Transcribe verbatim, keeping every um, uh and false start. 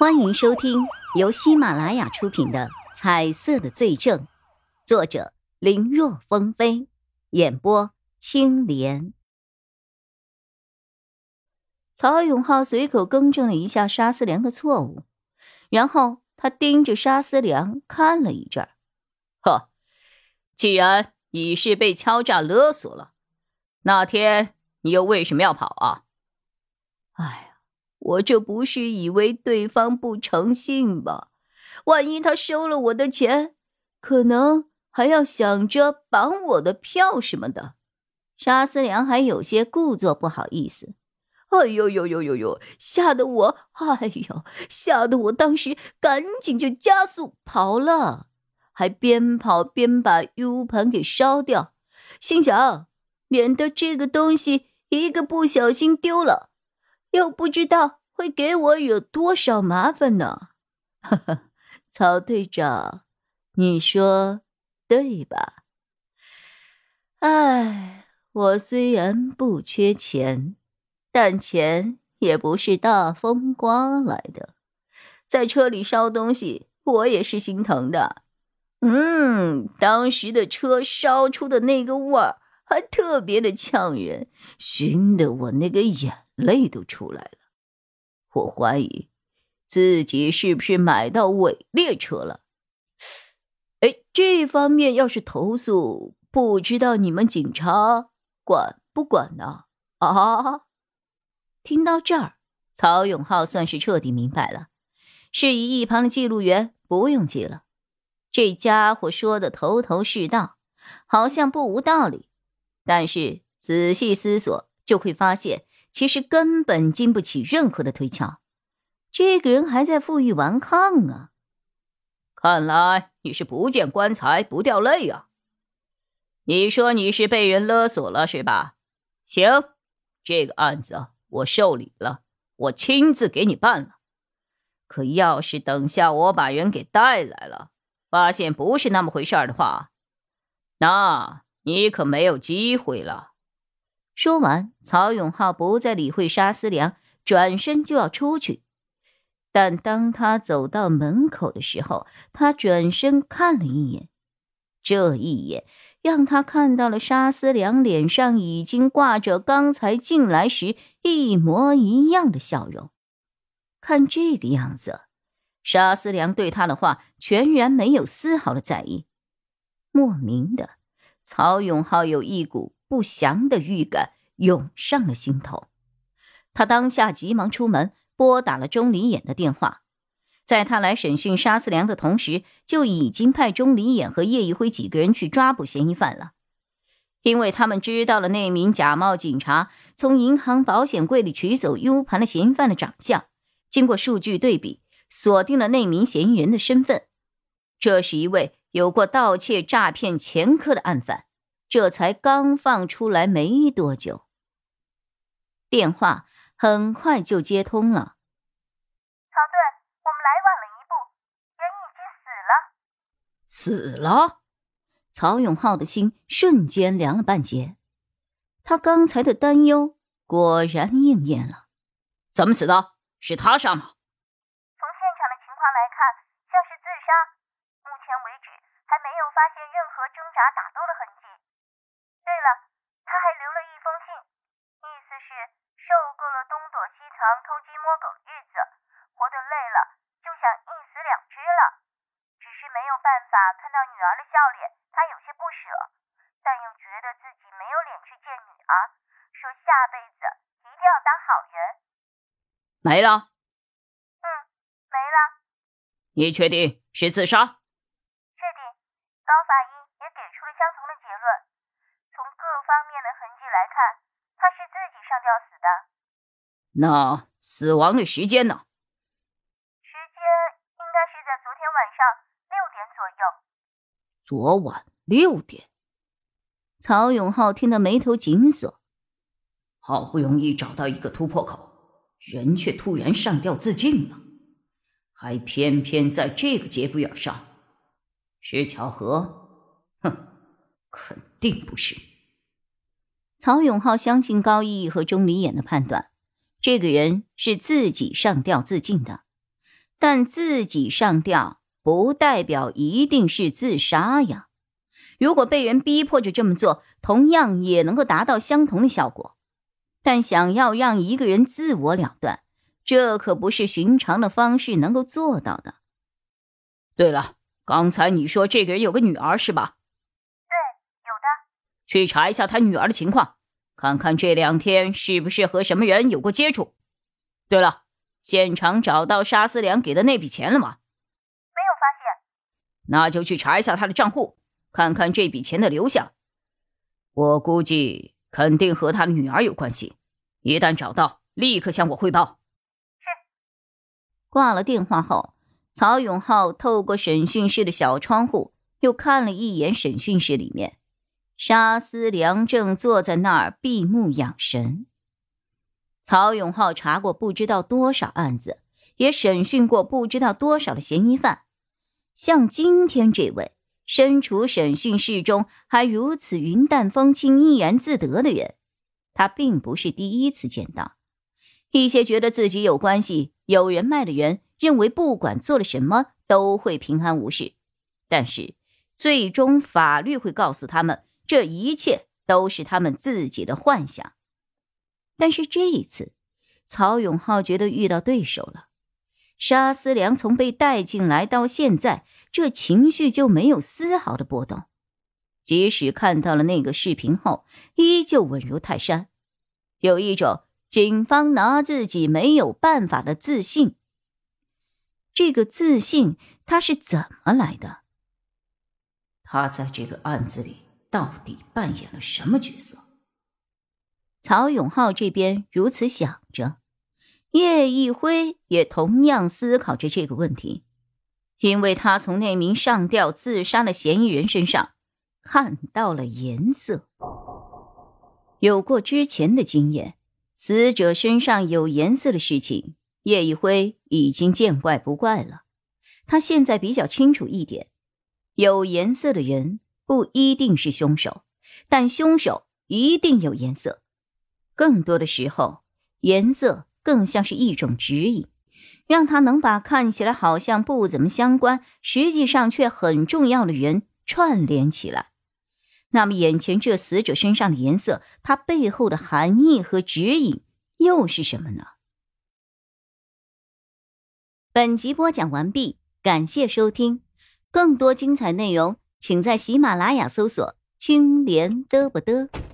欢迎收听由喜马拉雅出品的《彩色的罪证》，作者林若风飞，演播青莲。曹永浩随口更正了一下沙思良的错误，然后他盯着沙思良看了一阵儿。 呵，既然你是被敲诈勒索了，那天你又为什么要跑啊？ 哎呀，我这不是以为对方不诚信吧？万一他收了我的钱，可能还要想着绑我的票什么的。沙思良还有些故作不好意思。哎呦呦呦呦呦！吓得我，哎呦，吓得我当时赶紧就加速跑了，还边跑边把 U 盘给烧掉，心想免得这个东西一个不小心丢了，又不知道会给我惹多少麻烦呢。呵呵，曹队长，你说对吧？哎，我虽然不缺钱，但钱也不是大风刮来的，在车里烧东西我也是心疼的。嗯，当时的车烧出的那个味儿还特别的呛人，熏得我那个眼泪都出来了。我怀疑自己是不是买到伪劣车了。哎，这方面要是投诉，不知道你们警察管不管呢？啊？听到这儿，曹永浩算是彻底明白了，示意一旁的记录员不用记了。这家伙说的头头是道，好像不无道理，但是仔细思索就会发现，其实根本经不起任何的推敲。这个人还在负隅顽抗啊！ 看来你是不见棺材不掉泪啊！你说你是被人勒索了是吧？行，这个案子我受理了，我亲自给你办了。可要是等下我把人给带来了，发现不是那么回事的话，那你可没有机会了。 说完，曹永浩不再理会沙思良，转身就要出去。但当他走到门口的时候，他转身看了一眼，这一眼让他看到了沙思良脸上已经挂着刚才进来时一模一样的笑容。看这个样子，沙思良对他的话全然没有丝毫的在意。莫名的，曹永浩有一股不祥的预感涌上了心头。他当下急忙出门，拨打了钟离眼的电话。在他来审讯沙思良的同时，就已经派钟离眼和叶一辉几个人去抓捕嫌疑犯了。因为他们知道了那名假冒警察从银行保险柜里取走 U 盘的嫌疑犯的长相，经过数据对比，锁定了那名嫌疑人的身份。这是一位有过盗窃诈骗前科的案犯，这才刚放出来没多久。电话很快就接通了。 曹队，我们来晚了一步，人已经死了。 死了？ 曹永浩的心瞬间凉了半截，他刚才的担忧果然应验了。 怎么死的？是他杀吗？ 从现场的情况来看，像是自杀。目前为止还没有发现任何挣扎打斗的痕迹。对了，他还留了一封信，意思是受够了东躲西藏偷鸡摸狗的日子，活得累了就想一死两之了。只是没有办法看到女儿的笑脸，他有些不舍，但又觉得自己没有脸去见女儿，说下辈子一定要当好人。 没了？ 嗯，没了。 你确定是自杀？ 确定，高法医也给出了相同的结论。从各方面的痕迹来看，他是自己上吊死的。 那死亡的时间呢？ 时间应该是在昨天晚上六点左右。 昨晚六点？ 曹永浩听得眉头紧锁。 好不容易找到一个突破口，人却突然上吊自尽了，还偏偏在这个节骨眼上，是巧合？哼，肯定不是。 曹永浩相信高毅和钟离眼的判断，这个人是自己上吊自尽的， 但自己上吊不代表一定是自杀呀。如果被人逼迫着这么做，同样也能够达到相同的效果。但想要让一个人自我了断，这可不是寻常的方式能够做到的。 对了，刚才你说这个人有个女儿是吧？ 对，有的。 去查一下他女儿的情况，看看这两天是不是和什么人有过接触。对了，现场找到沙思良给的那笔钱了吗？ 没有发现。 那就去查一下他的账户，看看这笔钱的流向。我估计肯定和他的女儿有关系，一旦找到，立刻向我汇报。 是。 挂了电话后，曹永浩透过审讯室的小窗户，又看了一眼审讯室里面，沙思良正坐在那儿闭目养神。曹永浩查过不知道多少案子，也审讯过不知道多少的嫌疑犯，像今天这位身处审讯室中还如此云淡风轻怡然自得的人，他并不是第一次见到。一些觉得自己有关系有人脉的人，认为不管做了什么都会平安无事，但是最终法律会告诉他们，这一切都是他们自己的幻想。但是这一次，曹永浩觉得遇到对手了。沙思良从被带进来到现在，这情绪就没有丝毫的波动，即使看到了那个视频后，依旧稳如泰山，有一种警方拿自己没有办法的自信。这个自信他是怎么来的？他在这个案子里到底扮演了什么角色？曹永浩这边如此想着，叶一辉也同样思考着这个问题，因为他从那名上吊自杀的嫌疑人身上看到了颜色。有过之前的经验，死者身上有颜色的事情，叶一辉已经见怪不怪了。他现在比较清楚一点，有颜色的人不一定是凶手，但凶手一定有颜色。更多的时候，颜色更像是一种指引，让他能把看起来好像不怎么相关，实际上却很重要的人串联起来。那么眼前这死者身上的颜色，它背后的含义和指引又是什么呢？本集播讲完毕，感谢收听。更多精彩内容，请在喜马拉雅搜索青莲嘚不嘚。